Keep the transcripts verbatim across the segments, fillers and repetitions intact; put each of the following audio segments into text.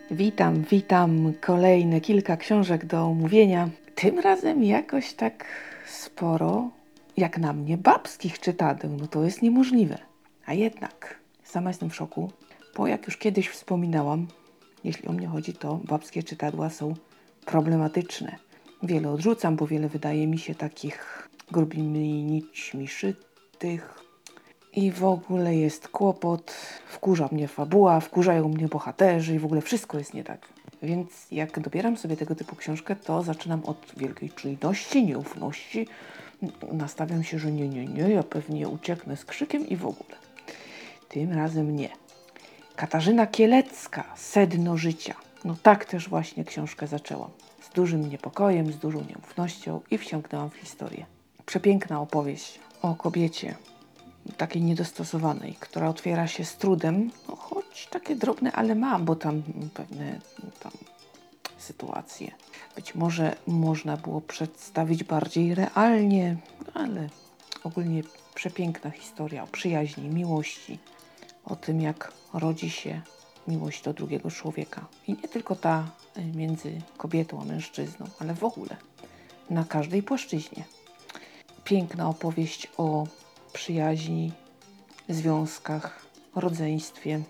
Witam, witam. Kolejne kilka książek do omówienia. Tym razem jakoś tak sporo, jak na mnie, babskich czytadeł. No to jest niemożliwe. A jednak sama jestem w szoku, bo jak już kiedyś wspominałam, jeśli o mnie chodzi, to babskie czytadła są problematyczne. Wiele odrzucam, bo wiele wydaje mi się takich grubimi nićmi szytych. I w ogóle jest kłopot, wkurza mnie fabuła, wkurzają mnie bohaterzy i w ogóle wszystko jest nie tak. Więc jak dobieram sobie tego typu książkę, to zaczynam od wielkiej czujności, nieufności. Nastawiam się, że nie, nie, nie, ja pewnie ucieknę z krzykiem i w ogóle. Tym razem nie. Katarzyna Kielecka, Sedno życia. No tak też właśnie książkę zaczęłam. Z dużym niepokojem, z dużą nieufnością i wsiąknęłam w historię. Przepiękna opowieść o kobiecie, takiej niedostosowanej, która otwiera się z trudem, no choć takie drobne, ale mam, bo tam pewne tam sytuacje być może można było przedstawić bardziej realnie, ale ogólnie przepiękna historia o przyjaźni, miłości, o tym, jak rodzi się miłość do drugiego człowieka. I nie tylko ta między kobietą a mężczyzną, ale w ogóle na każdej płaszczyźnie. Piękna opowieść o przyjaźni, związkach, rodzeństwie,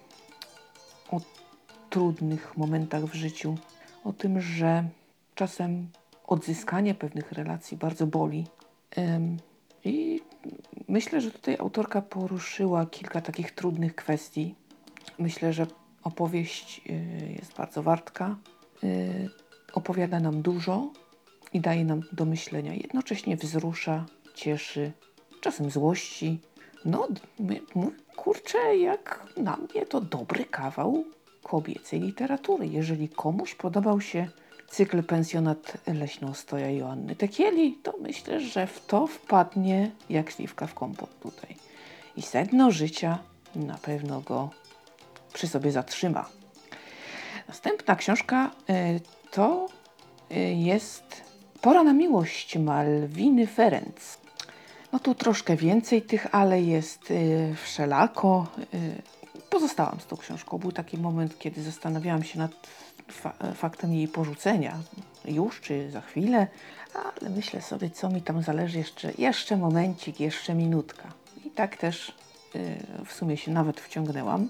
o trudnych momentach w życiu, o tym, że czasem odzyskanie pewnych relacji bardzo boli. Ym, I myślę, że tutaj autorka poruszyła kilka takich trudnych kwestii. Myślę, że opowieść y, jest bardzo wartka, y, opowiada nam dużo i daje nam do myślenia. Jednocześnie wzrusza, cieszy, czasem złości. No, kurczę, jak na mnie to dobry kawał kobiecej literatury. Jeżeli komuś podobał się cykl Pensjonat Leśnostoja Joanny Tekieli, to myślę, że w to wpadnie jak śliwka w kompot tutaj. I Sedno życia na pewno go przy sobie zatrzyma. Następna książka y, to y, jest Pora na miłość Malwiny Ferenc. No tu troszkę więcej tych, ale jest y, wszelako. Y, pozostałam z tą książką. Był taki moment, kiedy zastanawiałam się nad fa- faktem jej porzucenia. Już czy za chwilę, ale myślę sobie, co mi tam zależy jeszcze, jeszcze momencik, jeszcze minutka. I tak też y, w sumie się nawet wciągnęłam.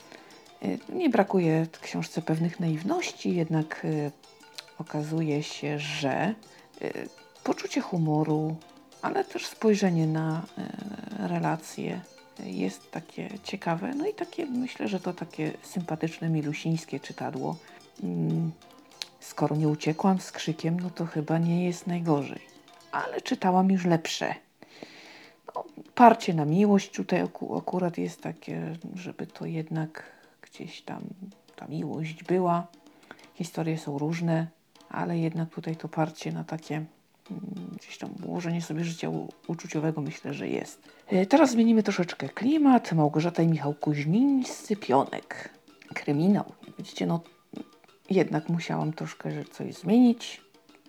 Y, nie brakuje w książce pewnych naiwności, jednak y, okazuje się, że y, poczucie humoru, ale też spojrzenie na y, relacje jest takie ciekawe. No i takie, myślę, że to takie sympatyczne, milusińskie czytadło. Mm, skoro nie uciekłam z krzykiem, no to chyba nie jest najgorzej. Ale czytałam już lepsze. No, parcie na miłość tutaj aku- akurat jest takie, żeby to jednak gdzieś tam ta miłość była. Historie są różne, ale jednak tutaj to parcie na takie mm, gdzieś tam ułożenie sobie życia u- uczuciowego myślę, że jest. E, Teraz zmienimy troszeczkę klimat. Małgorzata i Michał Kuźmińscy, Pionek. Kryminał. Jak widzicie, no jednak musiałam troszkę że coś zmienić.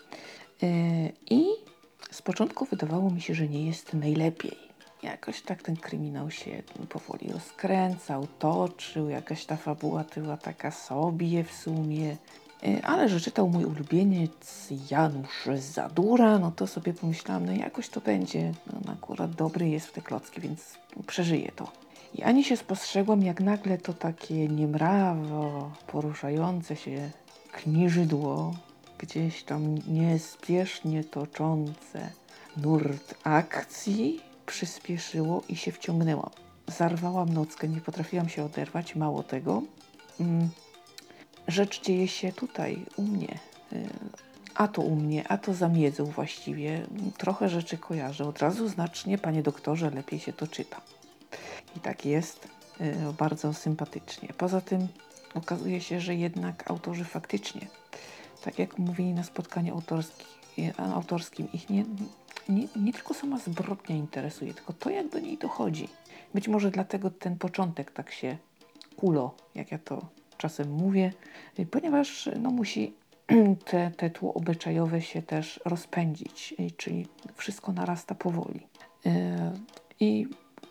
E, I z początku wydawało mi się, że nie jest najlepiej. Jakoś tak ten kryminał się powoli rozkręcał, toczył, jakaś ta fabuła była taka sobie w sumie. E, Ale że czytał mój ulubieniec Janusz Zadura, no to sobie pomyślałam, no jakoś to będzie. No akurat dobry jest w te klocki, więc przeżyję to. I ani się spostrzegłam, jak nagle to takie niemrawo poruszające się kniżydło, gdzieś tam niespiesznie toczące nurt akcji przyspieszyło i się wciągnęłam. Zarwałam nockę, nie potrafiłam się oderwać, mało tego. Mm, rzecz dzieje się tutaj, u mnie. Y, A to u mnie, a to za miedzą właściwie. Trochę rzeczy kojarzę. Od razu znacznie, panie doktorze, lepiej się to czyta. I tak jest, y, bardzo sympatycznie. Poza tym okazuje się, że jednak autorzy faktycznie, tak jak mówili na spotkaniu autorskim, autorskim ich nie, nie, nie tylko sama zbrodnia interesuje, tylko to, jak do niej dochodzi. Być może dlatego ten początek tak się kulo, jak ja to czasem mówię, y, ponieważ no, musi te, te tło obyczajowe się też rozpędzić, y, czyli wszystko narasta powoli. Y, I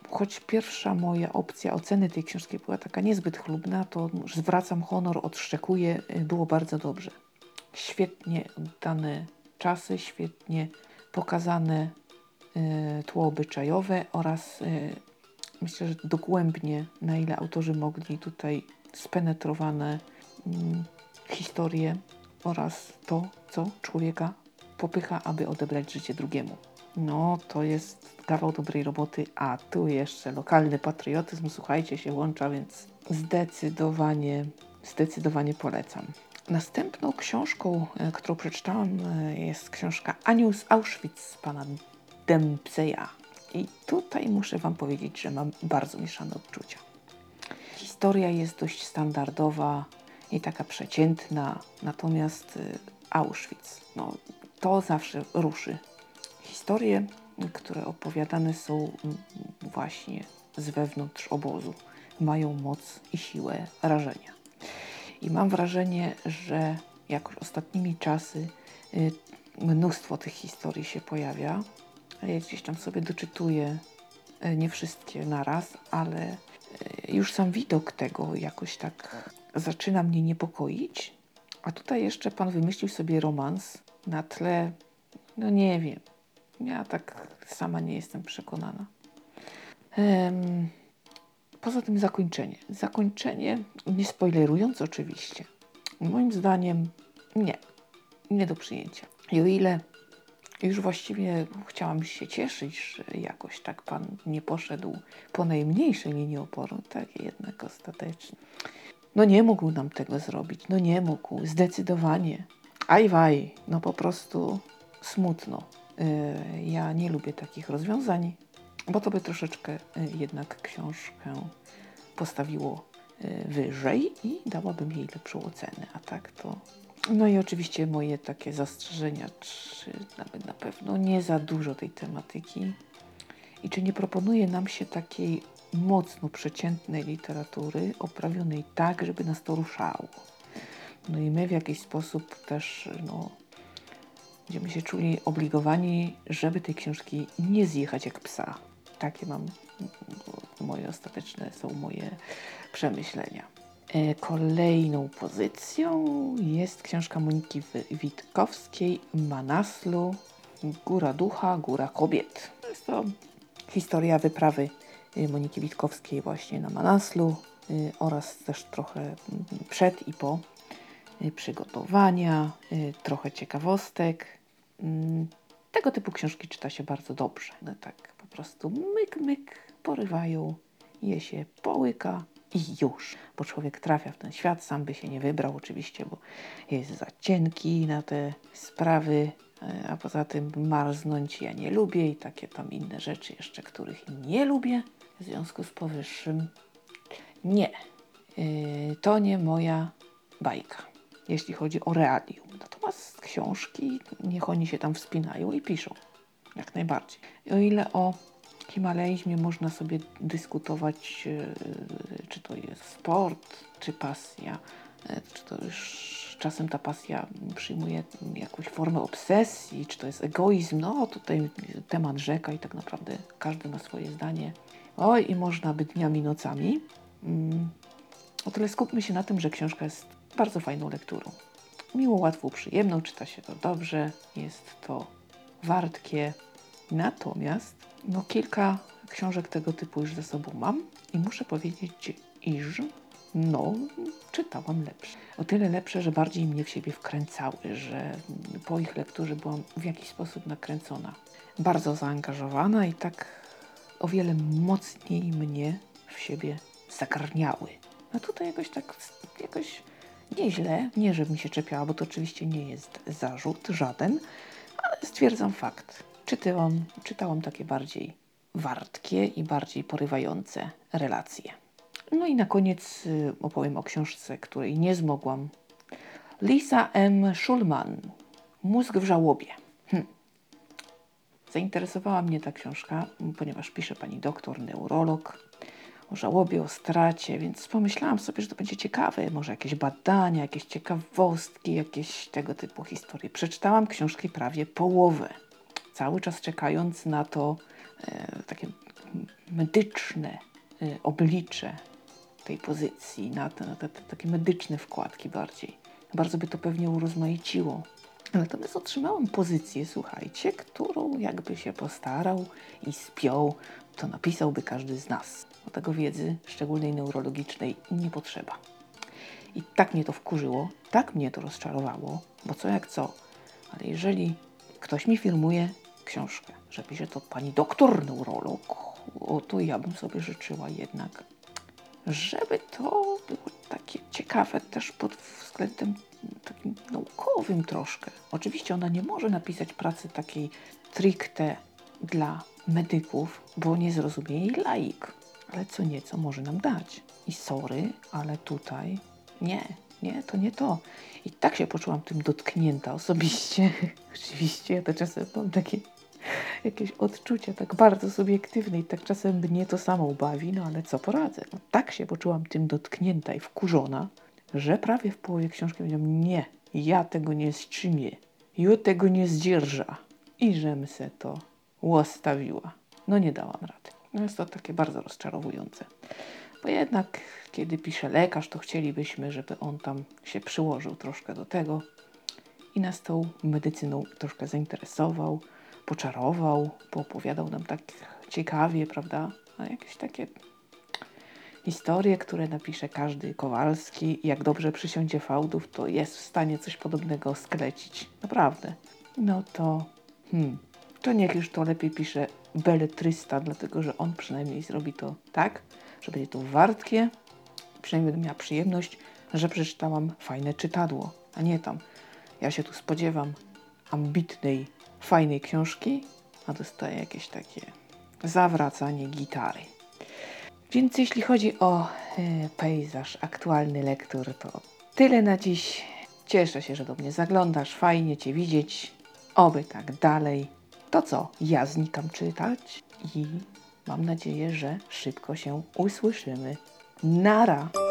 choć pierwsza moja opcja oceny tej książki była taka niezbyt chlubna, to zwracam honor, odszczekuję, było bardzo dobrze. Świetnie dane czasy, świetnie pokazane y, tło obyczajowe oraz y, myślę, że dogłębnie, na ile autorzy mogli tutaj spenetrowane y, historie oraz to, co człowieka popycha, aby odebrać życie drugiemu. No, to jest kawał dobrej roboty, a tu jeszcze lokalny patriotyzm, słuchajcie, się włącza, więc zdecydowanie, zdecydowanie polecam. Następną książką, którą przeczytałam, jest książka Anioł z Auschwitz pana Dempseya. I tutaj muszę wam powiedzieć, że mam bardzo mieszane odczucia. Historia jest dość standardowa i taka przeciętna, natomiast Auschwitz, no to zawsze ruszy. Historie, które opowiadane są właśnie z wewnątrz obozu, mają moc i siłę rażenia. I mam wrażenie, że jakoś ostatnimi czasy y, mnóstwo tych historii się pojawia. Ja gdzieś tam sobie doczytuję, y, nie wszystkie naraz, ale y, już sam widok tego jakoś tak zaczyna mnie niepokoić. A tutaj jeszcze pan wymyślił sobie romans na tle, no nie wiem, ja tak sama nie jestem przekonana. Um, Poza tym zakończenie. Zakończenie, nie spoilerując oczywiście, moim zdaniem nie, nie do przyjęcia. I o ile już właściwie chciałam się cieszyć, że jakoś tak pan nie poszedł po najmniejszej linii oporu, tak jednak ostatecznie. No nie mógł nam tego zrobić, no nie mógł, zdecydowanie. Aj waj, no po prostu smutno. Yy, ja nie lubię takich rozwiązań, bo to by troszeczkę y, jednak książkę postawiło y, wyżej i dałabym jej lepszą ocenę, a tak to... No i oczywiście moje takie zastrzeżenia, czy nawet na pewno nie za dużo tej tematyki i czy nie proponuje nam się takiej mocno przeciętnej literatury, oprawionej tak, żeby nas to ruszało. No i my w jakiś sposób też, no, będziemy się czuli obligowani, żeby tej książki nie zjechać jak psa. Takie mam, moje ostateczne są moje przemyślenia. E, kolejną pozycją jest książka Moniki Witkowskiej, Manaslu, Góra Ducha, Góra Kobiet. Jest to historia wyprawy Moniki Witkowskiej właśnie na Manaslu y, oraz też trochę przed i po y, przygotowania, y, trochę ciekawostek. Y, tego typu książki czyta się bardzo dobrze. No tak po prostu myk, myk, porywają, je się połyka i już. Bo człowiek trafia w ten świat, sam by się nie wybrał oczywiście, bo jest za cienki na te sprawy. A poza tym marznąć ja nie lubię i takie tam inne rzeczy jeszcze, których nie lubię. W związku z powyższym nie. Yy, to nie moja bajka, jeśli chodzi o realium. Natomiast książki, niech oni się tam wspinają i piszą. Jak najbardziej. I o ile o himalaizmie można sobie dyskutować, yy, czy to jest sport, czy pasja, yy, czy to już czasem ta pasja przyjmuje jakąś formę obsesji, czy to jest egoizm. No tutaj temat rzeka i tak naprawdę każdy ma swoje zdanie. Oj, i można by dniami, nocami. Mm. O tyle skupmy się na tym, że książka jest bardzo fajną lekturą. Miło, łatwą, przyjemną, czyta się to dobrze, jest to wartkie. Natomiast no, kilka książek tego typu już ze sobą mam i muszę powiedzieć, iż no, czytałam lepsze. O tyle lepsze, że bardziej mnie w siebie wkręcały, że po ich lekturze byłam w jakiś sposób nakręcona. Bardzo zaangażowana i tak o wiele mocniej mnie w siebie zagarniały. No tutaj jakoś tak, jakoś nieźle, nie żebym mi się czepiała, bo to oczywiście nie jest zarzut, żaden, ale stwierdzam fakt. Czytałam, czytałam takie bardziej wartkie i bardziej porywające relacje. No i na koniec y, opowiem o książce, której nie zmogłam. Lisa M. Schulman, Mózg w żałobie. Hm. Zainteresowała mnie ta książka, ponieważ pisze pani doktor, neurolog, o żałobie, o stracie, więc pomyślałam sobie, że to będzie ciekawe. Może jakieś badania, jakieś ciekawostki, jakieś tego typu historie. Przeczytałam książki prawie połowę, cały czas czekając na to e, takie medyczne y, oblicze tej pozycji, na te, na te, te takie medyczne wkładki bardziej. Bardzo by to pewnie urozmaiciło. Natomiast otrzymałam pozycję, słuchajcie, którą jakby się postarał i spiął, to napisałby każdy z nas. Do tego wiedzy szczególnej neurologicznej nie potrzeba. I tak mnie to wkurzyło, tak mnie to rozczarowało, bo co jak co, ale jeżeli ktoś mi firmuje książkę, że pisze to pani doktor neurolog, o, to ja bym sobie życzyła jednak, żeby to było takie ciekawe też pod względem takim naukowym troszkę. Oczywiście ona nie może napisać pracy takiej stricte dla medyków, bo nie zrozumie jej laik, ale co nieco może nam dać. I sorry, ale tutaj nie, nie, to nie to. I tak się poczułam tym dotknięta osobiście. Oczywiście ja to czasem mam takie jakieś odczucia tak bardzo subiektywne i tak czasem mnie to samo bawi, no ale co poradzę. No, tak się poczułam tym dotknięta i wkurzona, że prawie w połowie książki powiedziałam, nie, ja tego nie strzymię, ja tego nie zdzierża. I żem se to łostawiła. No nie dałam rady. No jest to takie bardzo rozczarowujące. Bo jednak, kiedy pisze lekarz, to chcielibyśmy, żeby on tam się przyłożył troszkę do tego i nas tą medycyną troszkę zainteresował, poczarował, poopowiadał nam tak ciekawie, prawda? A jakieś takie historie, które napisze każdy Kowalski, jak dobrze przysiądzie fałdów, to jest w stanie coś podobnego sklecić. Naprawdę. No to, hmm, to niech już to lepiej pisze beletrysta, dlatego że on przynajmniej zrobi to tak, że będzie to wartkie, przynajmniej będę miała przyjemność, że przeczytałam fajne czytadło, a nie tam. Ja się tu spodziewam ambitnej, fajnej książki, a dostaję jakieś takie zawracanie gitary. Więc jeśli chodzi o y, pejzaż, aktualny lektur, to tyle na dziś. Cieszę się, że do mnie zaglądasz, fajnie Cię widzieć, oby tak dalej. To co, ja znikam czytać i mam nadzieję, że szybko się usłyszymy. Nara!